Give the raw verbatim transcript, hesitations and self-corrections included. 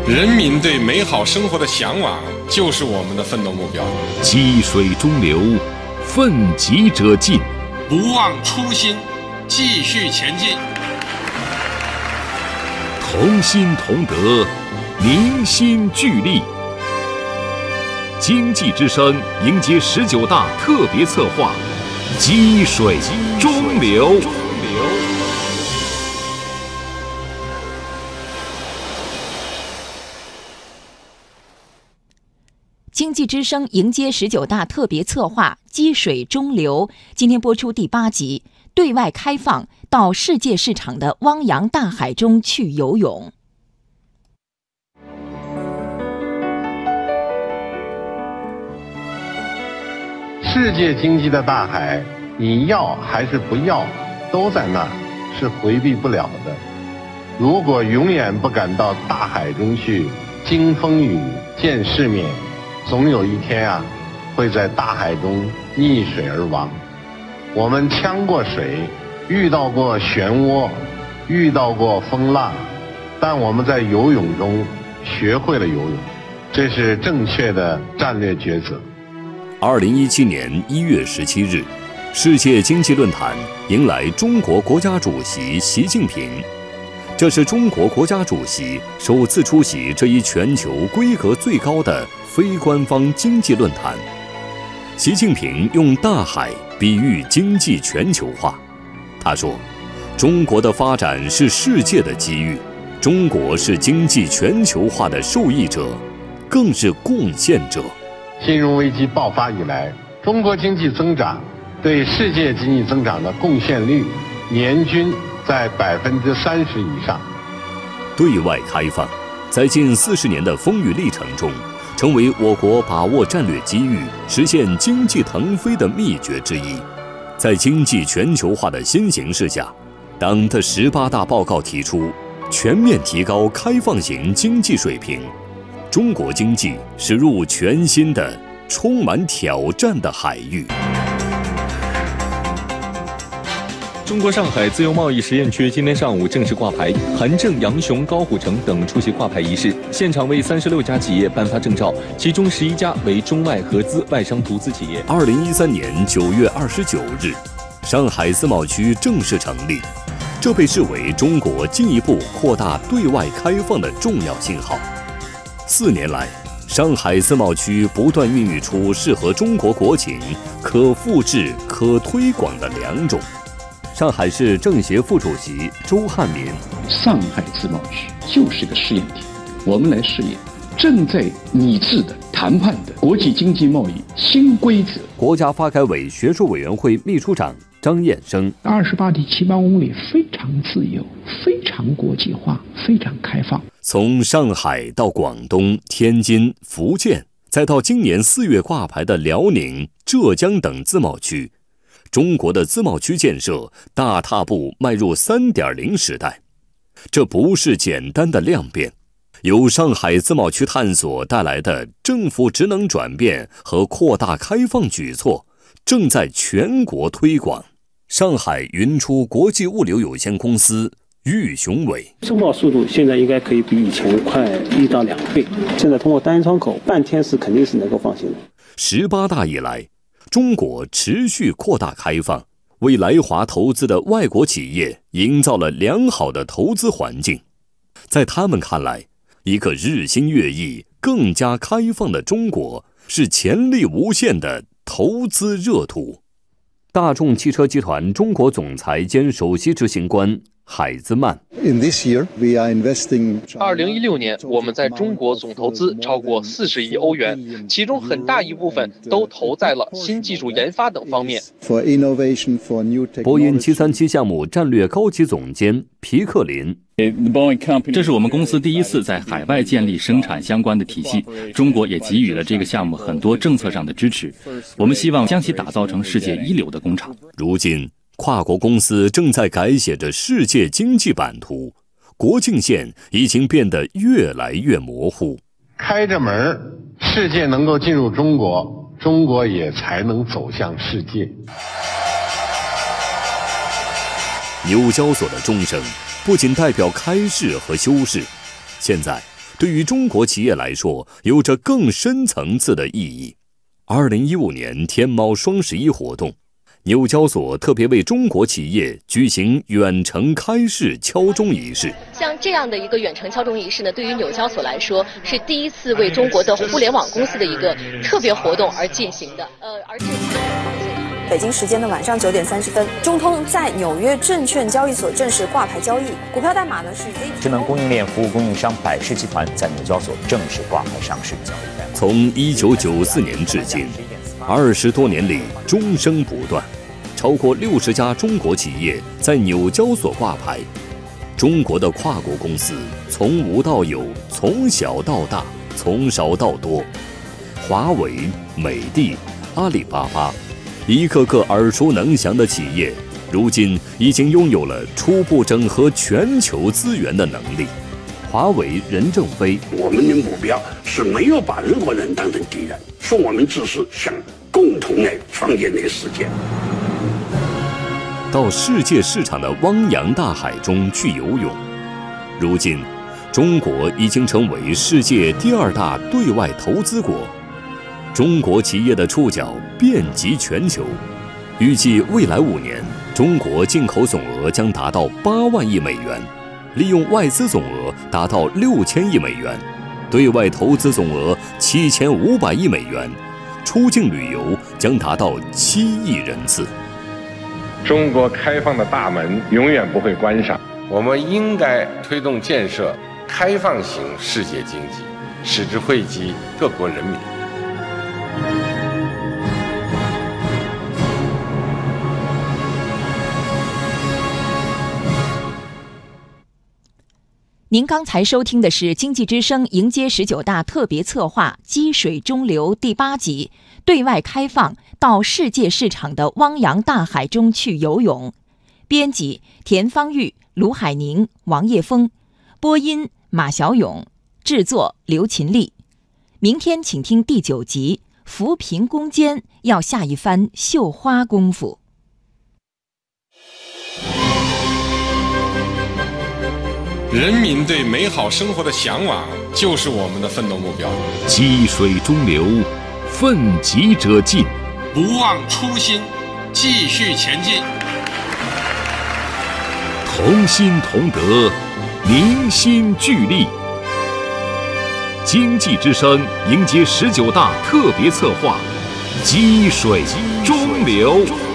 人民对美好生活的向往就是我们的奋斗目标。 积水中流，奋楫者进， 不忘初心，继续前进。 同心同德，凝心聚力。经济之声迎接十九大特别策划，积水中流。 经济之声迎接十九大特别策划《积水中流》，今天播出第八集，对外开放到世界市场的汪洋大海中去游泳。 世界经济的大海，你要还是不要，都在那儿，是回避不了的。如果永远不敢到大海中去，经风雨，见世面，总有一天啊，会在大海中溺水而亡。我们呛过水，遇到过漩涡，遇到过风浪，但我们在游泳中学会了游泳，这是正确的战略抉择。 二零一七年一月十七日，世界经济论坛迎来中国国家主席习近平。这是中国国家主席首次出席这一全球规格最高的非官方经济论坛。习近平用大海比喻经济全球化。他说，中国的发展是世界的机遇，中国是经济全球化的受益者，更是贡献者。 金融危机爆发以来，中国经济增长对世界经济增长的贡献率年均在百分之三十以上。 对外开放，在近四十年的风雨历程中，成为我国把握战略机遇、实现经济腾飞的秘诀之一。在经济全球化的新形势下，党的十八大报告提出，全面提高开放型经济水平。中国经济驶入全新的、充满挑战的海域。 中国上海自由贸易实验区今天上午正式挂牌，韩正、杨雄、高虎城等出席挂牌仪式。现场为三十六家企业颁发证照，其中十一家为中外合资外商投资企业。 二零一三年九月二十九日，上海自贸区正式成立，这被视为中国进一步扩大对外开放的重要信号。四年来，上海自贸区不断孕育出适合中国国情、可复制、可推广的良种。上海市政协副主席周汉民： 上海自贸区就是个试验体，我们来试验正在拟制的、谈判的国际经济贸易新规则。 国家发改委学术委员会秘书长张燕生： 二十八题七八公里非常自由，非常国际化，非常开放。 从上海到广东、天津、福建，再到今年四月挂牌的辽宁、浙江等自贸区，中国的自贸区建设大踏步迈入 三点零 时代。这不是简单的量变，由上海自贸区探索带来的政府职能转变和扩大开放举措，正在全国推广。上海云出国际物流有限公司郁雄伟： 自贸速度现在应该可以比以前快一到两倍。现在通过单一窗口，半天是肯定是能够放心的。 十八大以来，中国持续扩大开放，为来华投资的外国企业营造了良好的投资环境。在他们看来，一个日新月异、更加开放的中国是潜力无限的投资热土。大众汽车集团中国总裁兼首席执行官海兹曼： 二零一六年，我们在中国总投资超过四十亿欧元，其中很大一部分都投在了新技术研发等方面。 波音七三七项目战略高级总监皮克林： 这是我们公司第一次在海外建立生产相关的体系，中国也给予了这个项目很多政策上的支持。我们希望将其打造成世界一流的工厂。 如今，跨国公司正在改写着世界经济版图，国境线已经变得越来越模糊。 开着门，世界能够进入中国，中国也才能走向世界。 纽交所的钟声不仅代表开市和休市，现在对于中国企业来说有着更深层次的意义。二零一五年天猫双十一活动，纽交所特别为中国企业举行远程开市敲钟仪式。 像这样的一个远程敲钟仪式呢，对于纽交所来说是第一次为中国的互联网公司的一个特别活动而进行的。呃，而这北京时间的晚上九点三十分，中通在纽约证券交易所正式挂牌交易，股票代码呢是 Z。 智能供应链服务供应商百世集团在纽交所正式挂牌上市。 从一九九四年至今，二十多年里钟声不断，超过六十家中国企业在纽交所挂牌。中国的跨国公司从无到有，从小到大，从少到多，华为、美的、阿里巴巴，一个个耳熟能详的企业，如今已经拥有了初步整合全球资源的能力。华为任正非： 我们的目标是没有把任何人当成敌人，说我们只是想共同来创建那个世界。 到世界市场的汪洋大海中去游泳。如今，中国已经成为世界第二大对外投资国，中国企业的触角遍及全球。预计未来五年，中国进口总额将达到八万亿美元，利用外资总额达到六千亿美元，对外投资总额七千五百亿美元，出境旅游将达到七亿人次。 中国开放的大门永远不会关上，我们应该推动建设开放型世界经济，使之惠及各国人民。 您刚才收听的是经济之声迎接十九大特别策划《积水中流》第八集，对外开放到世界市场的汪洋大海中去游泳。编辑田方玉、卢海宁、王叶峰，播音马小勇，制作刘勤力。明天请听第九集，扶贫攻坚要下一番绣花功夫。 人民对美好生活的向往，就是我们的奋斗目标。 积水中流，奋楫者进， 不忘初心，继续前进。 同心同德，凝心聚力。经济之声迎接十九大特别策划，积水中流。